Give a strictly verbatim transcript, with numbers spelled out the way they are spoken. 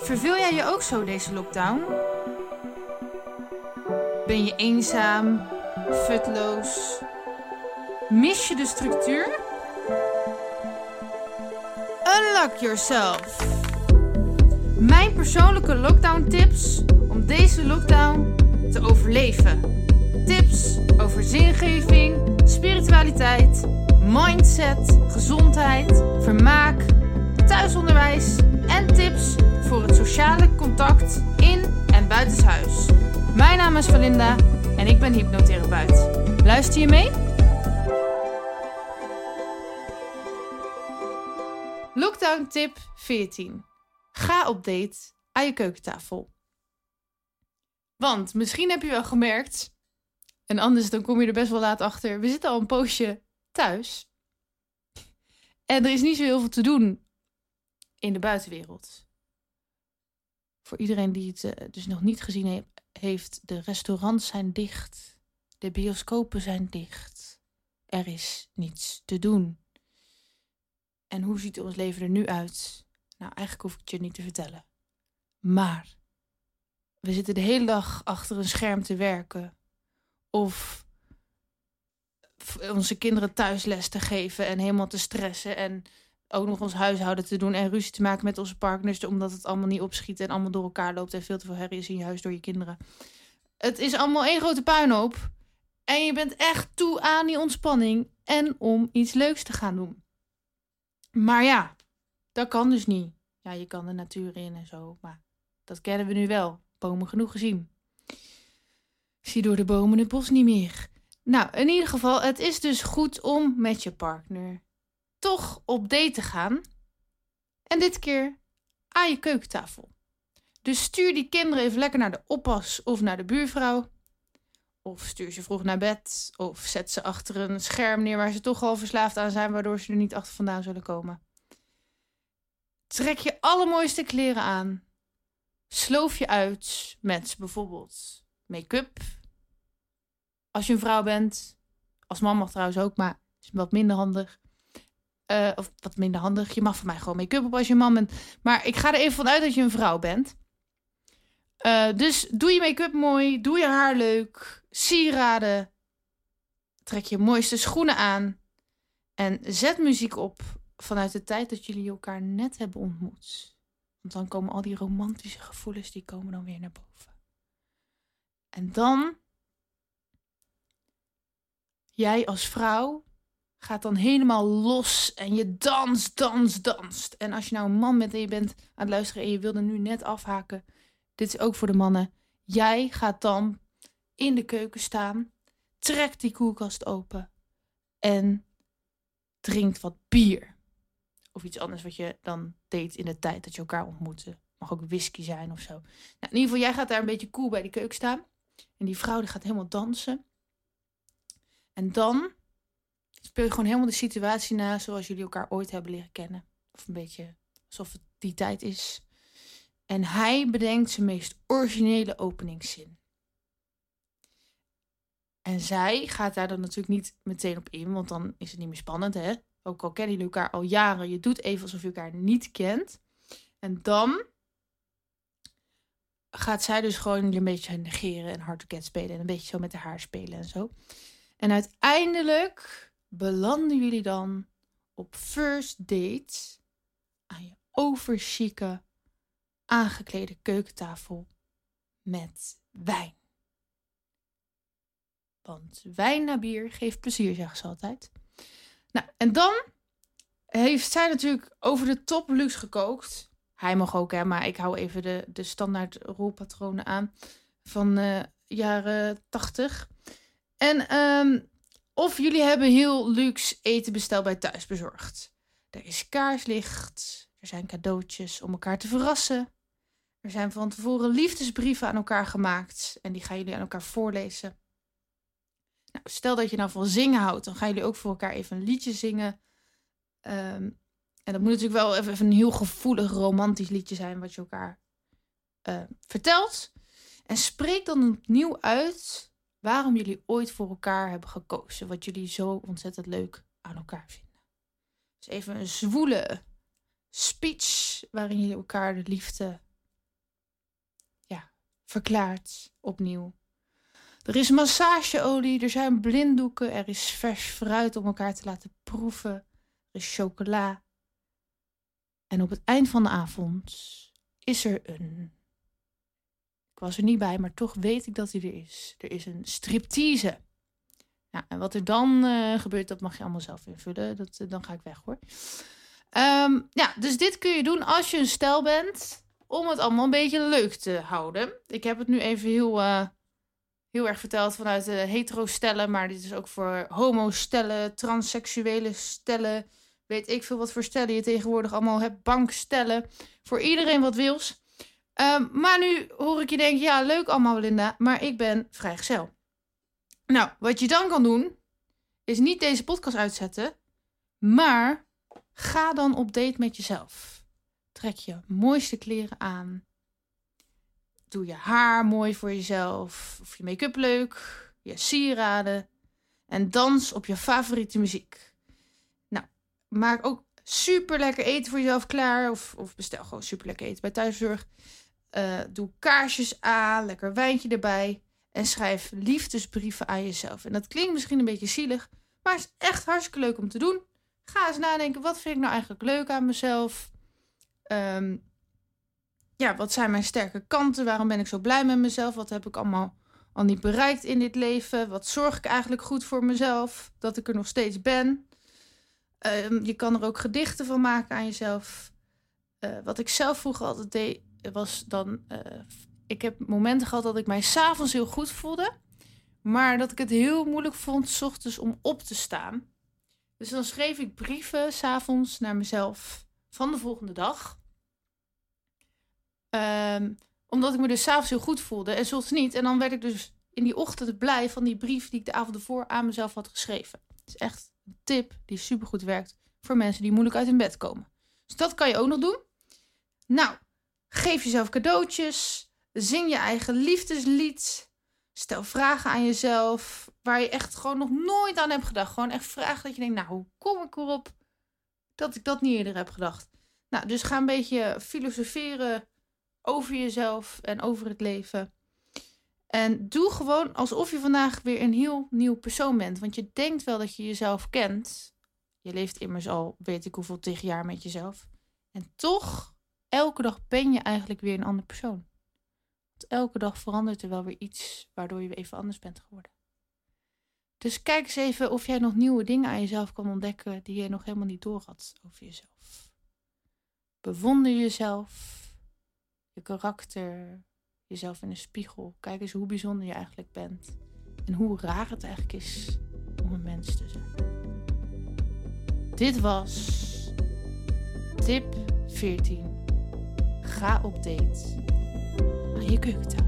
Verveel jij je ook zo deze lockdown? Ben je eenzaam, futloos? Mis je de structuur? Unlock yourself! Mijn persoonlijke lockdown tips om deze lockdown te overleven. Tips over zingeving, spiritualiteit, mindset, gezondheid, vermaak, thuisonderwijs en tips voor het sociale contact in en buitenshuis. Mijn naam is Valinda en ik ben hypnotherapeut. Luister je mee? Lockdown tip veertien. Ga op date aan je keukentafel. Want misschien heb je wel gemerkt, en anders dan kom je er best wel laat achter, we zitten al een poosje thuis. En er is niet zo heel veel te doen in de buitenwereld. Voor iedereen die het uh, dus nog niet gezien he- heeft, de restaurants zijn dicht. De bioscopen zijn dicht. Er is niets te doen. En hoe ziet ons leven er nu uit? Nou, eigenlijk hoef ik het je niet te vertellen. Maar we zitten de hele dag achter een scherm te werken. Of onze kinderen thuisles te geven en helemaal te stressen. En ook nog ons huishouden te doen en ruzie te maken met onze partners, omdat het allemaal niet opschiet en allemaal door elkaar loopt en veel te veel herrie is in je huis door je kinderen. Het is allemaal één grote puinhoop. En je bent echt toe aan die ontspanning en om iets leuks te gaan doen. Maar ja, dat kan dus niet. Ja, je kan de natuur in en zo, maar dat kennen we nu wel. Bomen genoeg gezien. Ik zie door de bomen het bos niet meer. Nou, in ieder geval, het is dus goed om met je partner toch op date te gaan. En dit keer aan je keukentafel. Dus stuur die kinderen even lekker naar de oppas of naar de buurvrouw. Of stuur ze vroeg naar bed. Of zet ze achter een scherm neer waar ze toch al verslaafd aan zijn, waardoor ze er niet achter vandaan zullen komen. Trek je allermooiste kleren aan. Sloof je uit met bijvoorbeeld make-up. Als je een vrouw bent. Als man mag trouwens ook, maar is wat minder handig. Uh, of wat minder handig. Je mag van mij gewoon make-up op als je een man bent. Maar ik ga er even vanuit dat je een vrouw bent. Uh, dus doe je make-up mooi. Doe je haar leuk. Sieraden. Trek je mooiste schoenen aan. En zet muziek op vanuit de tijd dat jullie elkaar net hebben ontmoet. Want dan komen al die romantische gevoelens, die komen dan weer naar boven. En dan, jij als vrouw gaat dan helemaal los en je dans, dans, danst. En als je nou een man bent en je bent aan het luisteren en je wilde nu net afhaken, dit is ook voor de mannen. Jij gaat dan in de keuken staan, trekt die koelkast open en drinkt wat bier. Of iets anders wat je dan deed in de tijd dat je elkaar ontmoette. Mag ook whisky zijn of zo. Nou, in ieder geval, jij gaat daar een beetje cool bij die keuken staan. En die vrouw die gaat helemaal dansen. En dan speel je gewoon helemaal de situatie na zoals jullie elkaar ooit hebben leren kennen. Of een beetje alsof het die tijd is. En hij bedenkt zijn meest originele openingszin. En zij gaat daar dan natuurlijk niet meteen op in, want dan is het niet meer spannend, hè? Ook al kennen jullie elkaar al jaren, je doet even alsof je elkaar niet kent. En dan gaat zij dus gewoon een beetje negeren en hard to get spelen en een beetje zo met haar spelen en zo. En uiteindelijk belanden jullie dan op first date aan je overchique, aangeklede keukentafel met wijn. Want wijn na bier geeft plezier, zeggen ze altijd. Nou, en dan heeft zij natuurlijk over de top luxe gekookt. Hij mag ook, hè, maar ik hou even de, de standaard rolpatronen aan van uh, jaren tachtig. En um, of jullie hebben heel luxe eten besteld bij Thuisbezorgd. Er is kaarslicht, er zijn cadeautjes om elkaar te verrassen. Er zijn van tevoren liefdesbrieven aan elkaar gemaakt en die gaan jullie aan elkaar voorlezen. Nou, stel dat je nou van zingen houdt, dan gaan jullie ook voor elkaar even een liedje zingen. Um, en dat moet natuurlijk wel even, even een heel gevoelig, romantisch liedje zijn wat je elkaar uh, vertelt. En spreek dan opnieuw uit waarom jullie ooit voor elkaar hebben gekozen. Wat jullie zo ontzettend leuk aan elkaar vinden. Dus even een zwoele speech waarin jullie elkaar de liefde verklaard opnieuw. Er is massageolie, er zijn blinddoeken, er is vers fruit om elkaar te laten proeven. Er is chocola. En op het eind van de avond is er een... Ik was er niet bij, maar toch weet ik dat hij er is. Er is een striptease. Nou, en wat er dan uh, gebeurt, dat mag je allemaal zelf invullen. Dat, uh, dan ga ik weg hoor. Um, ja, dus dit kun je doen als je een stel bent. Om het allemaal een beetje leuk te houden. Ik heb het nu even heel, uh, heel erg verteld vanuit de hetero-stellen. Maar dit is ook voor homo-stellen, transseksuele stellen. Weet ik veel wat voor stellen je tegenwoordig allemaal hebt. Bankstellen. Voor iedereen wat wils. Um, maar nu hoor ik je denken, ja leuk allemaal Linda. Maar ik ben vrijgezel. Nou, wat je dan kan doen, is niet deze podcast uitzetten, maar ga dan op date met jezelf. Trek je mooiste kleren aan. Doe je haar mooi voor jezelf, of je make-up leuk, je sieraden. En dans op je favoriete muziek. Nou, maak ook super lekker eten voor jezelf klaar, of, of bestel gewoon super lekker eten bij thuiszorg. Uh, doe kaarsjes aan, lekker wijntje erbij. En schrijf liefdesbrieven aan jezelf. En dat klinkt misschien een beetje zielig, maar het is echt hartstikke leuk om te doen. Ga eens nadenken, wat vind ik nou eigenlijk leuk aan mezelf? Um, ja, wat zijn mijn sterke kanten? Waarom ben ik zo blij met mezelf? Wat heb ik allemaal al niet bereikt in dit leven? Wat zorg ik eigenlijk goed voor mezelf? Dat ik er nog steeds ben. Um, je kan er ook gedichten van maken aan jezelf. Uh, wat ik zelf vroeger altijd deed, was dan... Uh, Ik heb momenten gehad dat ik mij 's avonds heel goed voelde. Maar dat ik het heel moeilijk vond 's ochtends om op te staan. Dus dan schreef ik brieven 's avonds naar mezelf van de volgende dag. Um, omdat ik me dus 's avonds heel goed voelde en soms niet. En dan werd ik dus in die ochtend blij van die brief die ik de avond ervoor aan mezelf had geschreven. Het is echt een tip die supergoed werkt voor mensen die moeilijk uit hun bed komen. Dus dat kan je ook nog doen. Nou, geef jezelf cadeautjes. Zing je eigen liefdeslied. Stel vragen aan jezelf waar je echt gewoon nog nooit aan hebt gedacht. Gewoon echt vragen dat je denkt, nou, hoe kom ik erop dat ik dat niet eerder heb gedacht? Nou, dus ga een beetje filosoferen over jezelf en over het leven. En doe gewoon alsof je vandaag weer een heel nieuw persoon bent. Want je denkt wel dat je jezelf kent. Je leeft immers al, weet ik hoeveel, tig jaar met jezelf. En toch, elke dag ben je eigenlijk weer een andere persoon. Want elke dag verandert er wel weer iets waardoor je weer even anders bent geworden. Dus kijk eens even of jij nog nieuwe dingen aan jezelf kan ontdekken die je nog helemaal niet door had over jezelf. Bewonder jezelf, je karakter, jezelf in de spiegel. Kijk eens hoe bijzonder je eigenlijk bent. En hoe raar het eigenlijk is om een mens te zijn. Dit was tip veertien. Ga op date aan je keukentafel.